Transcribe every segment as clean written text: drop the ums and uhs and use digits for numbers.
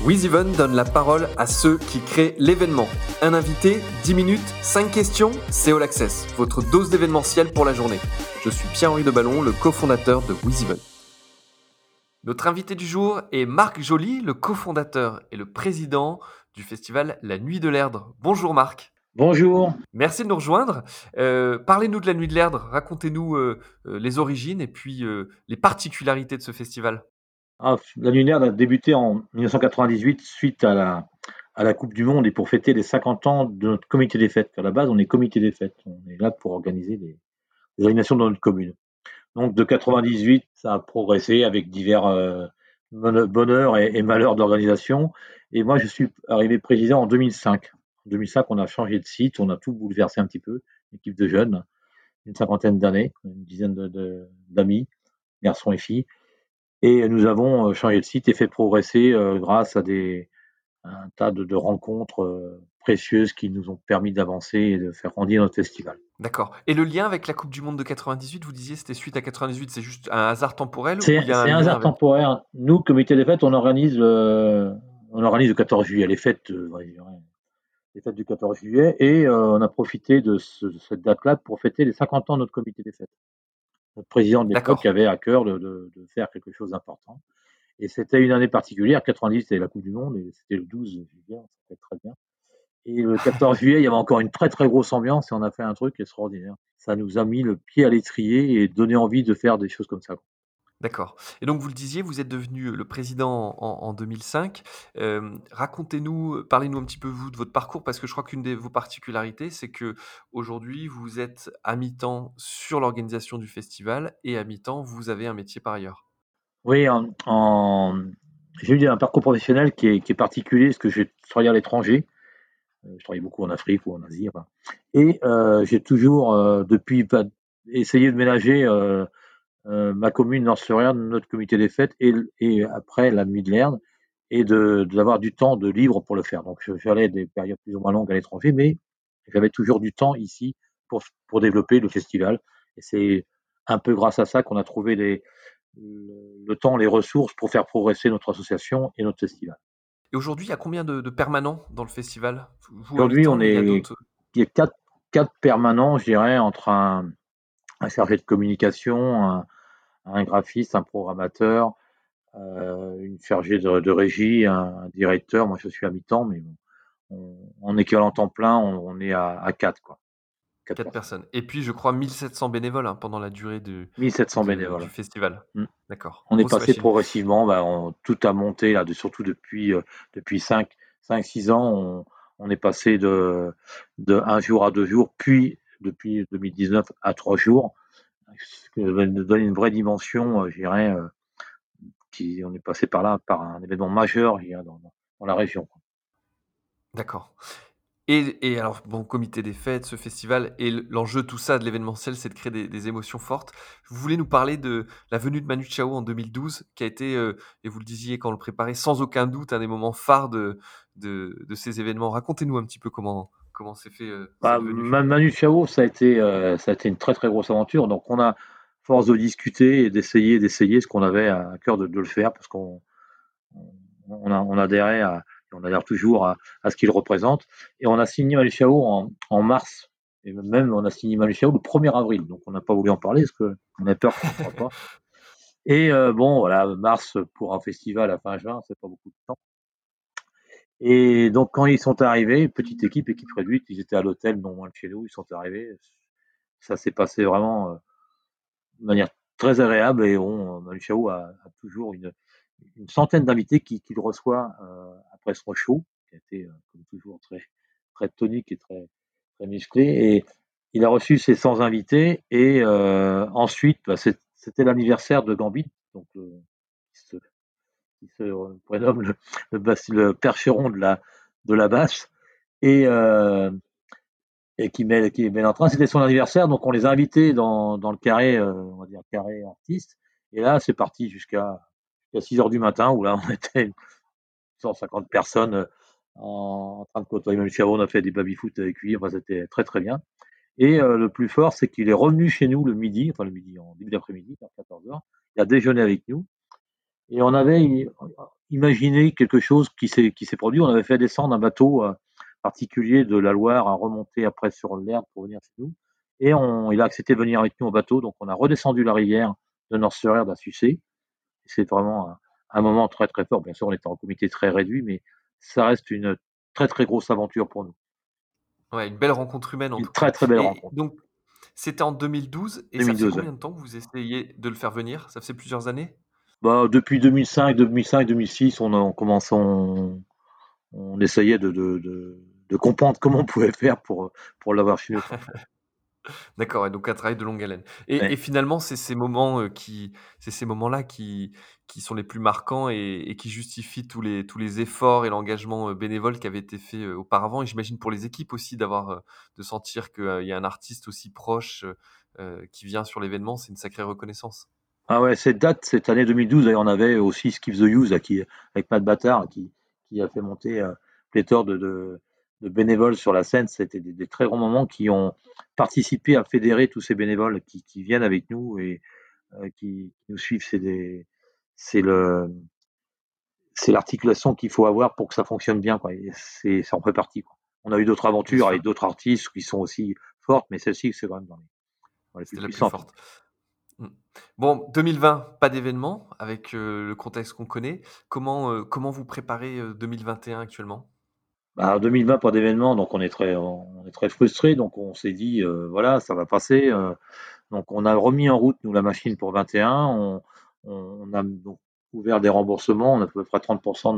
WizEven donne la parole à ceux qui créent l'événement. Un invité, 10 minutes, 5 questions, c'est All Access, votre dose d'événementiel pour la journée. Je suis Pierre-Henri Deballon, le cofondateur de WizEven. Notre invité du jour est Marc Joly, le cofondateur et le président du festival La Nuit de l'Erdre. Bonjour Marc. Bonjour. Merci de nous rejoindre. Parlez-nous de La Nuit de l'Erdre, racontez-nous les origines et puis les particularités de ce festival. La Nuit a débuté en 1998 suite à la Coupe du Monde et pour fêter les 50 ans de notre comité des fêtes. À la base, on est comité des fêtes. On est là pour organiser les animations dans notre commune. Donc de 98, ça a progressé avec divers bonheurs et malheurs d'organisation. Et moi, je suis arrivé président en 2005. En 2005, on a changé de site, on a tout bouleversé un petit peu. Une équipe de jeunes, une cinquantaine d'années, une dizaine d'amis, garçons et filles. Et nous avons changé de site et fait progresser grâce à un tas de rencontres précieuses qui nous ont permis d'avancer et de faire grandir notre festival. D'accord. Et le lien avec la Coupe du Monde de 98, vous disiez c'était suite à 98, c'est juste un hasard temporel ou il y a un C'est un lien hasard avec... temporaire. Nous, comité des fêtes, on organise le 14 juillet les fêtes, les fêtes du 14 juillet et on a profité de cette date-là pour fêter les 50 ans de notre comité des fêtes. Notre président de l'époque D'accord. avait à cœur de faire quelque chose d'important. Et c'était une année particulière. 90, c'était la Coupe du Monde et c'était le 12 juillet, ça fait très bien. Et le 14 juillet, il y avait encore une très très grosse ambiance et on a fait un truc extraordinaire. Ça nous a mis le pied à l'étrier et donné envie de faire des choses comme ça. D'accord. Et donc vous le disiez, vous êtes devenu le président en 2005. Racontez-nous, parlez-nous un petit peu vous de votre parcours parce que je crois qu'une de vos particularités, c'est que aujourd'hui vous êtes à mi-temps sur l'organisation du festival et à mi-temps vous avez un métier par ailleurs. Oui, j'ai eu un parcours professionnel qui est particulier parce que j'ai travaillé à l'étranger. Je travaillais beaucoup en Afrique ou en Asie. Enfin. Et j'ai toujours, depuis, essayé de ménager ma commune Nord-sur-Erdre, notre comité des fêtes et après la nuit de l'Erdre et d'avoir du temps de libre pour le faire. Donc j'allais des périodes plus ou moins longues à l'étranger, mais j'avais toujours du temps ici pour développer le festival. Et c'est un peu grâce à ça qu'on a trouvé le temps, les ressources pour faire progresser notre association et notre festival. Et aujourd'hui, il y a combien de permanents dans le festival? Vous à Aujourd'hui, mi-temps, mais il y a d'autres... il y a quatre permanents, je dirais, entre un chargé de communication, un graphiste, un programmateur, une chargée de régie, un directeur. Moi, je suis à mi-temps, mais bon, en équivalent temps plein, on est à 4, quoi. 4 4 personnes. personnes. Et puis, je crois 1700 bénévoles hein, pendant la durée 1700 du bénévoles. festival. Mm. D'accord, On est grosse passé machine. progressivement, tout a monté, là, surtout depuis 5-6 ans. On est passé de un jour à 2 jours, puis depuis 2019 à 3 jours, ce qui nous donne une vraie dimension, je dirais, on est passé par là, par un événement majeur, je dirais, dans la région. D'accord. Et alors, bon, comité des fêtes, ce festival et l'enjeu, tout ça, de l'événementiel, c'est de créer des émotions fortes. Vous voulez nous parler de la venue de Manu Chao en 2012, qui a été, et vous le disiez quand on le préparait, sans aucun doute, un des moments phares de ces événements. Racontez-nous un petit peu comment s'est fait cette venue. Manu Chao, ça a été une très très grosse aventure. Donc on a, force de discuter et d'essayer ce qu'on avait à cœur de le faire, parce on adhérait on adhère toujours à ce qu'il représente. Et on a signé Manu Chao en mars. Et même on a signé Manu Chao le 1er avril. Donc on n'a pas voulu en parler parce qu'on a peur qu'on ne croit pas. Et bon, voilà, mars pour un festival à fin juin, c'est pas beaucoup de temps. Et donc quand ils sont arrivés, petite équipe réduite, ils étaient à l'hôtel, non loin de chez nous, ils sont arrivés. Ça s'est passé vraiment de manière très agréable et Manu Chao a toujours une centaine d'invités qu'il reçoit après son show, qui a été comme toujours très, très tonique et très, très musclé. Et il a reçu ses 100 invités et ensuite, c'était l'anniversaire de Gambit, donc qui se prénomme le percheron de la basse. Et, qui met en train. C'était son anniversaire, donc on les a invités dans le carré, on va dire carré artiste. Et là, c'est parti jusqu'à 6 heures du matin, où là, on était 150 personnes en train de côtoyer Manu Chao. On a fait des baby-foot avec lui, enfin, c'était très très bien. Et le plus fort, c'est qu'il est revenu chez nous le midi, enfin le midi, en début d'après-midi, vers 14 heures. Il a déjeuné avec nous. Et imaginer quelque chose qui s'est produit. On avait fait descendre un bateau particulier de la Loire à remonter après sur l'Erdre pour venir chez nous. Et il a accepté de venir avec nous au bateau. Donc on a redescendu la rivière de Nord-sur-Erdre à Sucé. C'est vraiment un moment très très fort. Bien sûr, on était en comité très réduit, mais ça reste une très très grosse aventure pour nous. Ouais, une belle rencontre humaine en Une tout très cas très belle et rencontre. donc c'était en 2012 et ça faisait 2012, ouais. combien de temps que vous essayez de le faire venir? Ça faisait plusieurs années? Bah, depuis 2006, on essayait de comprendre comment on pouvait faire pour l'avoir chez nous, quoi. D'accord, et donc un travail de longue haleine Ouais. et finalement, c'est ces moments, c'est ces moments-là qui sont les plus marquants et qui justifient tous les efforts et l'engagement, bénévole qui avait été fait, auparavant et j'imagine pour les équipes aussi d'avoir, de sentir qu'il y a un artiste aussi proche, qui vient sur l'événement, c'est une sacrée reconnaissance. Ah ouais, cette année 2012, d'ailleurs, on avait aussi Skip the Use, là, avec Matt Battard, qui a fait monter pléthore de bénévoles sur la scène. C'était des très grands moments qui ont participé à fédérer tous ces bénévoles qui viennent avec nous et qui nous suivent. C'est le, c'est l'articulation qu'il faut avoir pour que ça fonctionne bien, quoi. Et ça en fait partie, quoi. On a eu d'autres Bien aventures sûr, avec d'autres artistes qui sont aussi fortes, mais celle-ci, c'est quand même dans les plus c'était la plus puissantes. forte. Mmh. Bon, 2020, pas d'événement avec, le contexte qu'on connaît. Comment vous préparez, 2021 actuellement? Bah, 2020, pas d'événement, donc on est très frustrés. Donc on s'est dit, voilà, ça va passer. Donc on a remis en route, nous, la machine pour 21. On a donc ouvert des remboursements. On a à peu près 30% de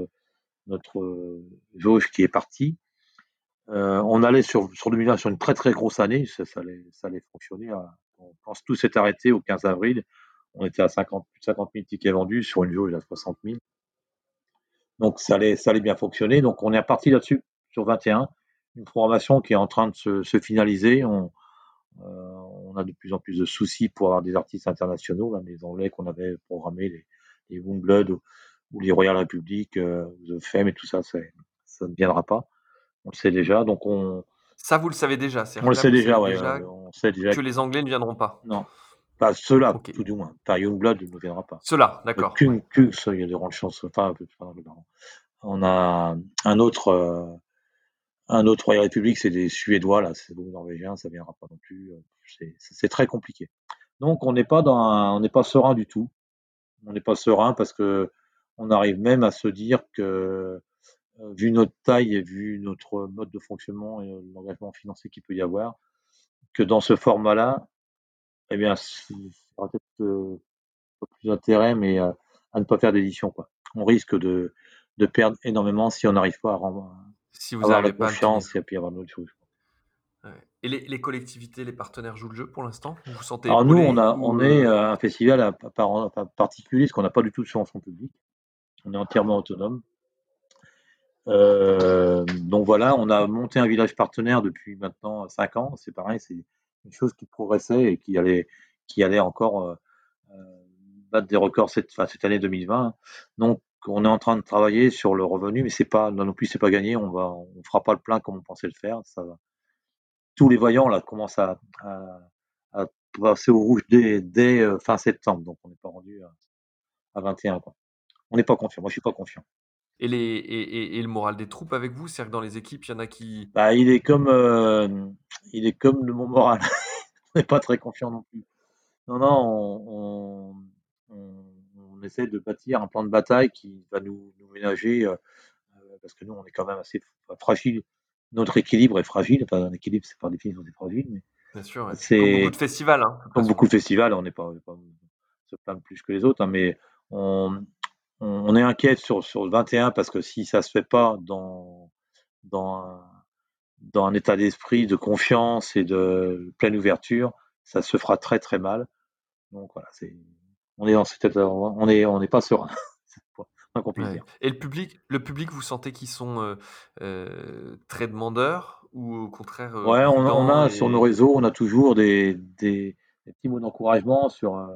notre jauge qui est partie. On allait sur 2020 sur une très très grosse année. Ça allait fonctionner. Quand tout s'est arrêté au 15 avril, on était à 50, plus de 50 000 tickets vendus sur une jauge à 60 000. Donc ça allait bien fonctionner. Donc on est reparti là-dessus sur 21. Une programmation qui est en train de se finaliser. On a de plus en plus de soucis pour avoir des artistes internationaux. Là, les Anglais qu'on avait programmés, les Youngblood ou les Royal Republic, The Fame et tout ça, ça ne viendra pas. On le sait déjà. Donc Ça, vous le savez déjà? on C'est-à-dire le que là, sait vous savez déjà, ouais. déjà On sait déjà que que les Anglais ne viendront pas? non, pas ceux-là, OK. tout du moins. Pas Youngblood ne viendra pas. Ceux-là, d'accord, ouais. Kungs, il y a de grandes chances. Enfin, pardon. On a un autre. Un autre Royal Republic, c'est des Suédois, là, c'est des Norvégiens, ça viendra pas non plus. C'est très compliqué. Donc on n'est pas serein du tout. On n'est pas serein parce que on arrive même à se dire que, vu notre taille et vu notre mode de fonctionnement et l'engagement financier qu'il peut y avoir, que dans ce format-là, eh bien, il y aura peut-être pas plus d'intérêt, mais à ne pas faire d'édition, quoi. On risque de perdre énormément si on n'arrive pas Si vous avoir la n'arrivez pas à le confiance et tenir. puis avoir d'autres choses. Ouais. Et les collectivités, les partenaires jouent le jeu pour l'instant? Vous vous sentez Alors nous, épaulés on ou, est un festival particulier, parce qu'on n'a pas du tout de subvention publique. On est entièrement autonome. Donc voilà, on a monté un village partenaire depuis maintenant 5 ans. C'est pareil, c'est une chose qui progressait et qui allait encore battre des records cette année 2020. Donc on est en train de travailler sur le revenu, mais c'est pas non plus c'est pas gagné. On fera pas le plein comme on pensait le faire. Ça va. Tous les voyants là commencent à passer au rouge dès fin septembre. Donc on n'est pas rendu à 21, quoi. On n'est pas confiant. Moi, je suis pas confiant. et le moral des troupes avec vous? C'est-à-dire que dans les équipes, il y en a qui Bah, il est comme le mon moral. On n'est pas très confiant non plus. Non, non, on essaie de bâtir un plan de bataille qui va nous ménager, parce que nous, on est quand même assez fragile. Notre équilibre est fragile. Enfin, un équilibre, c'est par définition, c'est fragile, mais bien sûr, ouais. Comme beaucoup c'est de festivals, hein, de toute comme façon. beaucoup de festivals, on se plaint plus que les autres, hein, mais on, on est inquiet sur le 21 parce que si ça se fait pas dans dans un état d'esprit de confiance et de pleine ouverture, ça se fera très très mal. Donc voilà, on est dans cet état, on n'est pas serein, c'est le moins qu'on puisse Ouais dire. et le public, vous sentez qu'ils sont, très demandeurs ou au contraire, Ouais, on prudents a sur nos et réseaux, on a toujours des petits mots d'encouragement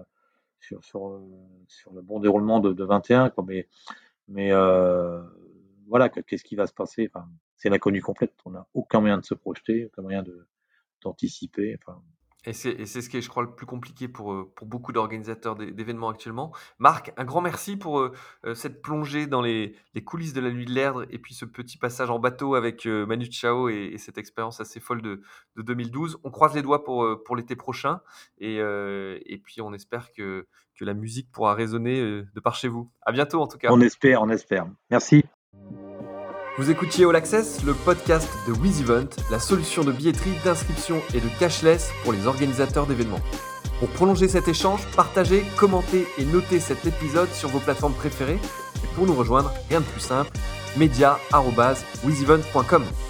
sur le bon déroulement de 21, quoi. Mais voilà, qu'est-ce qui va se passer? Enfin, c'est l'inconnu complète. On n'a aucun moyen de se projeter, aucun moyen d'anticiper. Enfin, Et c'est ce qui est, je crois, le plus compliqué pour beaucoup d'organisateurs d'événements actuellement. Marc, un grand merci pour, cette plongée dans les coulisses de la Nuit de l'Erdre et puis ce petit passage en bateau avec, Manu Chao et cette expérience assez folle de 2012. On croise les doigts pour l'été prochain et puis on espère que la musique pourra résonner, de par chez vous. À bientôt en tout cas. On espère, on espère. Merci. Vous écoutiez All Access, le podcast de WizEvent, la solution de billetterie, d'inscription et de cashless pour les organisateurs d'événements. Pour prolonger cet échange, partagez, commentez et notez cet épisode sur vos plateformes préférées. Et pour nous rejoindre, rien de plus simple, media@wizevent.com.